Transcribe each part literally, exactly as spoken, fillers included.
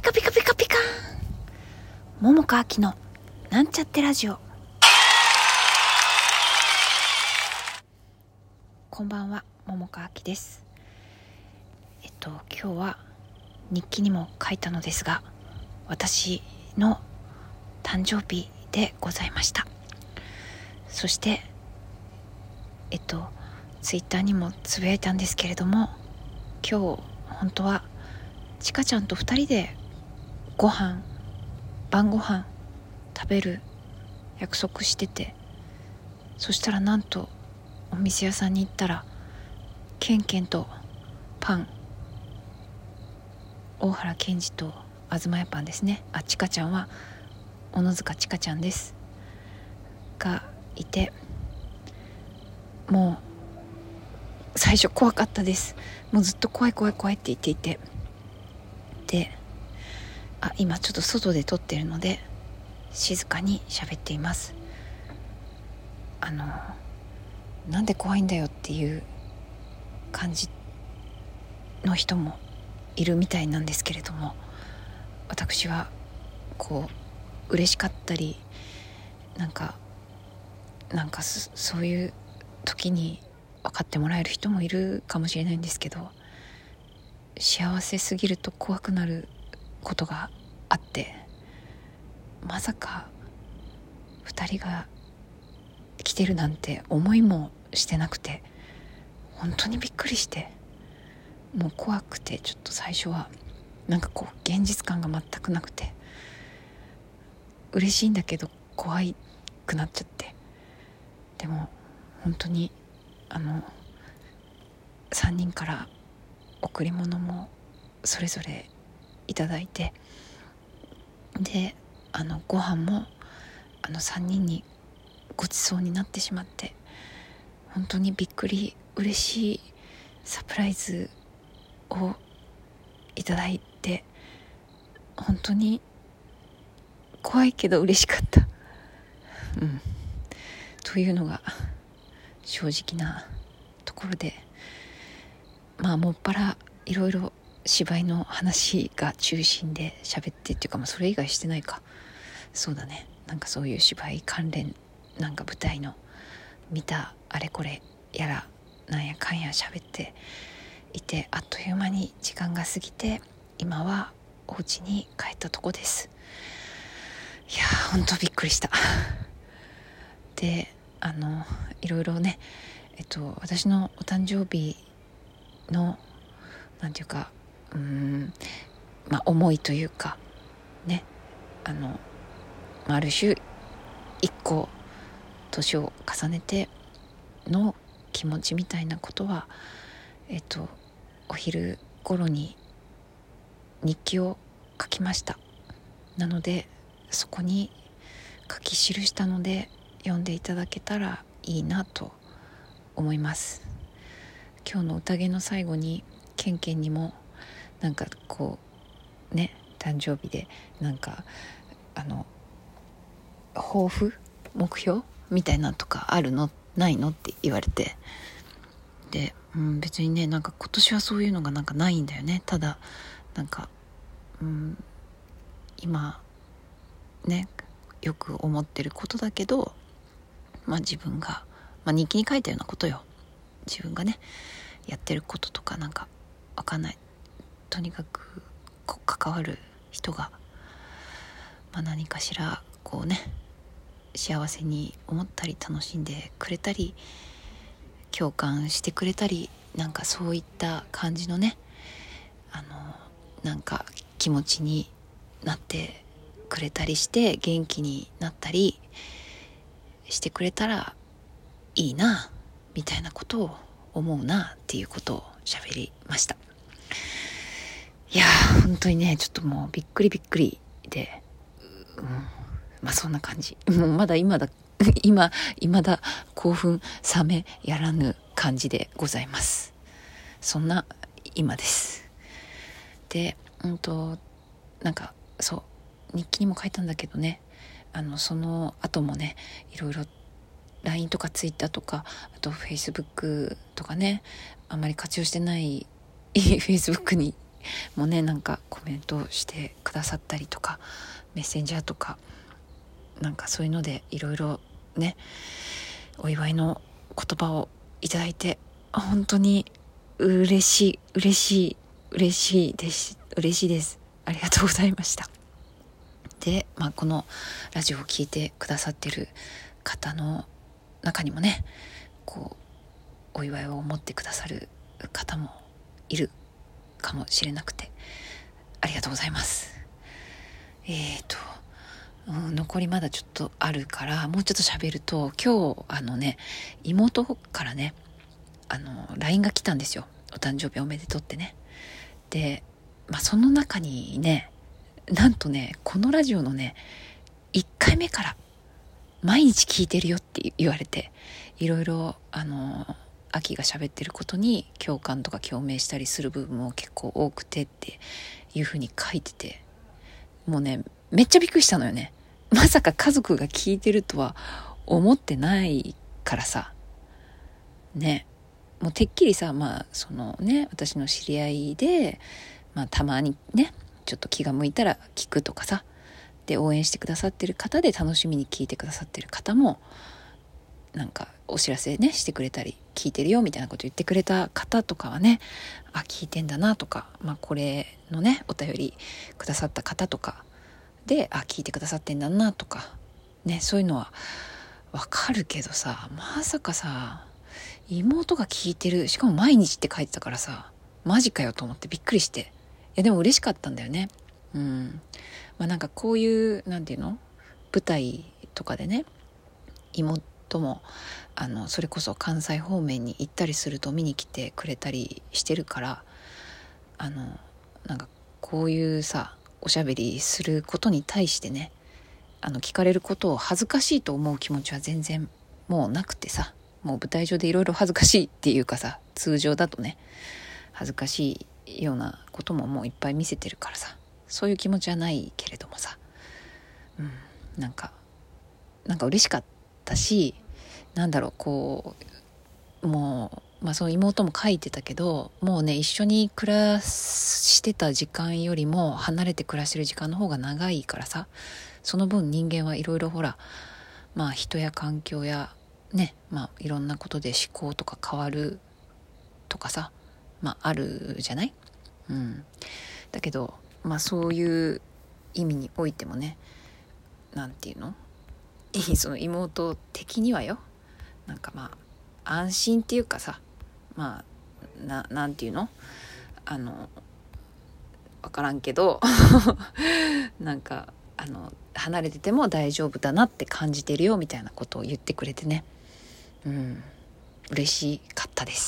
カピカピカピカ桃佳明のなんちゃってラジオ。こんばんは、桃佳明です。えっと今日は日記にも書いたのですが、私の誕生日でございました。そしてえっとツイッターにもつぶやいたんですけれども、今日本当はちかちゃんとふたりでご飯晩ご飯食べる約束してて、そしたらなんとお店屋さんに行ったらケンケンとパン、大原健二と東屋パンですね、あちかちゃんは小野塚ちかちゃんですがいて、もう最初怖かったです。もうずっと怖い怖い怖いって言っていて、であ今ちょっと外で撮ってるので静かに喋っています。あのなんで怖いんだよっていう感じの人もいるみたいなんですけれども、私はこう嬉しかったり、なんかなんか そ, そういう時に分かってもらえる人もいるかもしれないんですけど、幸せすぎると怖くなることがあって、まさかふたりが来てるなんて思いもしてなくて、本当にびっくりして、もう怖くてちょっと最初はなんかこう現実感が全くなくて、嬉しいんだけど怖くなっちゃって、でも本当にあのさんにんから贈り物もそれぞれいただいて、であのご飯もあのさんにんにごちそうになってしまって、本当にびっくり嬉しいサプライズをいただいて、本当に怖いけど嬉しかった、うん、というのが正直なところで、まあもっぱらいろいろ芝居の話が中心で喋ってっていうか、まあそれ以外してないか、そうだね、なんかそういう芝居関連、なんか舞台の見たあれこれやらなんやかんや喋っていて、あっという間に時間が過ぎて、今はお家に帰ったとこです。いやー本当びっくりした。であのいろいろね、えっと私のお誕生日のなんていうか、うーんまあ思いというかね、あのある種一個年を重ねての気持ちみたいなことは、えっとお昼頃に日記を書きました。なのでそこに書き記したので読んでいただけたらいいなと思います。今日の宴の最後にケンケンにもなんかこうね、誕生日でなんかあの抱負目標みたいなのとかあるのないのって言われて、で、うん、別にね、なんか今年はそういうのがなんかないんだよね。ただなんか、うん、今ねよく思ってることだけど、まあ自分が、まあ、日記に書いたようなことよ。自分がねやってることとかなんかわかんない、とにかくこう関わる人が、まあ、何かしらこうね幸せに思ったり楽しんでくれたり共感してくれたり、なんかそういった感じのね、あのなんか気持ちになってくれたりして元気になったりしてくれたらいいなみたいなことを思うなっていうことを喋りました。いやー本当にねちょっともうびっくりびっくりで、うん、まあそんな感じ、もうまだ今だ今今だ興奮冷めやらぬ感じでございます。そんな今です。でうんとなんかそう日記にも書いたんだけどね、あのその後もねいろいろ ライン とか ツイッター とかあと Facebook とかね、あんまり活用してないFacebook にもねなんかコメントしてくださったりとか、メッセンジャーとかなんかそういうのでいろいろねお祝いの言葉をいただいて本当に嬉しい嬉しい嬉しいです嬉しいです。ありがとうございました。で、まあ、このラジオを聞いてくださってる方の中にもねこうお祝いを持ってくださる方もいるかもしれなくてありがとうございます。えーと、うん、残りまだちょっとあるからもうちょっと喋ると、今日あのね妹からねあの ライン が来たんですよ。お誕生日おめでとうってね。で、まあ、その中にねなんとねこのラジオのねいっかいめから毎日聞いてるよって言われて、いろいろあの秋が喋ってることに共感とか共鳴したりする部分も結構多くてっていう風に書いてて、もうねめっちゃびっくりしたのよね。まさか家族が聞いてるとは思ってないからさね、もうてっきりさ、まあそのね私の知り合いで、まあ、たまにねちょっと気が向いたら聞くとかさで応援してくださってる方で楽しみに聞いてくださってる方もなんかお知らせねしてくれたり聞いてるよみたいなこと言ってくれた方とかはね、あ聞いてんだなとか、まあこれのねお便りくださった方とかであ聞いてくださってんだなとかね、そういうのはわかるけどさ、まさかさ妹が聞いてる、しかも毎日って書いてたからさマジかよと思ってびっくりして、いやでも嬉しかったんだよね。うんまあなんかこういうなんていうの舞台とかでね妹もあのそれこそ関西方面に行ったりすると見に来てくれたりしてるから、あのなんかこういうさおしゃべりすることに対してねあの聞かれることを恥ずかしいと思う気持ちは全然もうなくてさ、もう舞台上でいろいろ恥ずかしいっていうかさ通常だとね恥ずかしいようなことももういっぱい見せてるからさ、そういう気持ちはないけれどもさ、うん、なんかなんか嬉しかったし、なんだろうこうもうまあその妹も書いてたけど、もうね一緒に暮らしてた時間よりも離れて暮らしてる時間の方が長いからさ、その分人間はいろいろほらまあ人や環境やねまあいろんなことで思考とか変わるとかさまああるじゃない。うんだけどまあそういう意味においてもね、なんていうのその妹的にはよ、なんかまあ安心っていうかさ、まあ な, なんていうのあの分からんけどなんかあの離れてても大丈夫だなって感じてるよみたいなことを言ってくれてね、うん嬉しかったです。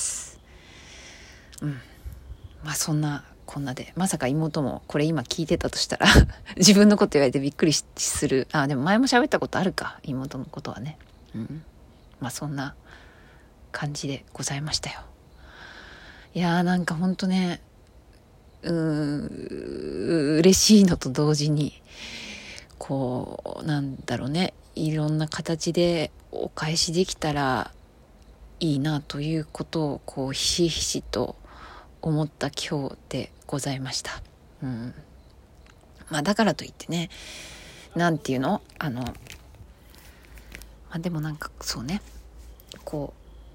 うんまあそんなこんなで、まさか妹もこれ今聞いてたとしたら自分のこと言われてびっくりする。あでも前も喋ったことあるか妹のことはね。うんまあそんな感じでございましたよ。いやーなんかほんとねうーん嬉しいのと同時にこうなんだろうね、いろんな形でお返しできたらいいなということをこうひしひしと思った今日でございました。うんまあだからといってねなんていうのあのまあでもなんかそうねこ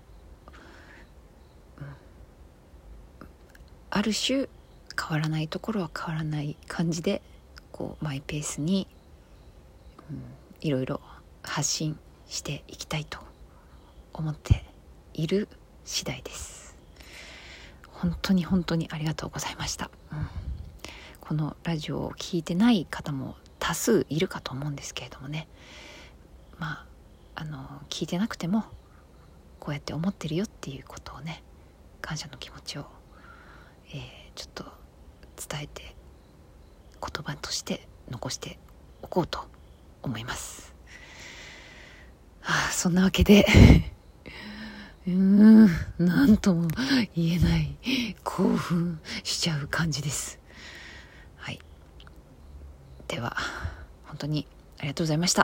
う、うん、ある種変わらないところは変わらない感じでこうマイペースに、うん、いろいろ発信していきたいと思っている次第です。本当に本当にありがとうございました。うん、このラジオを聞いてない方も多数いるかと思うんですけれどもね、まああの聞いてなくてもこうやって思ってるよっていうことをね、感謝の気持ちを、えー、ちょっと伝えて言葉として残しておこうと思います。はあ、そんなわけでうーんなんとも言えない興奮しちゃう感じです。はい、では本当にありがとうございました。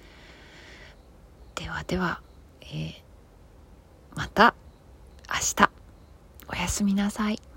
ではでは、えー、また明日おやすみなさい。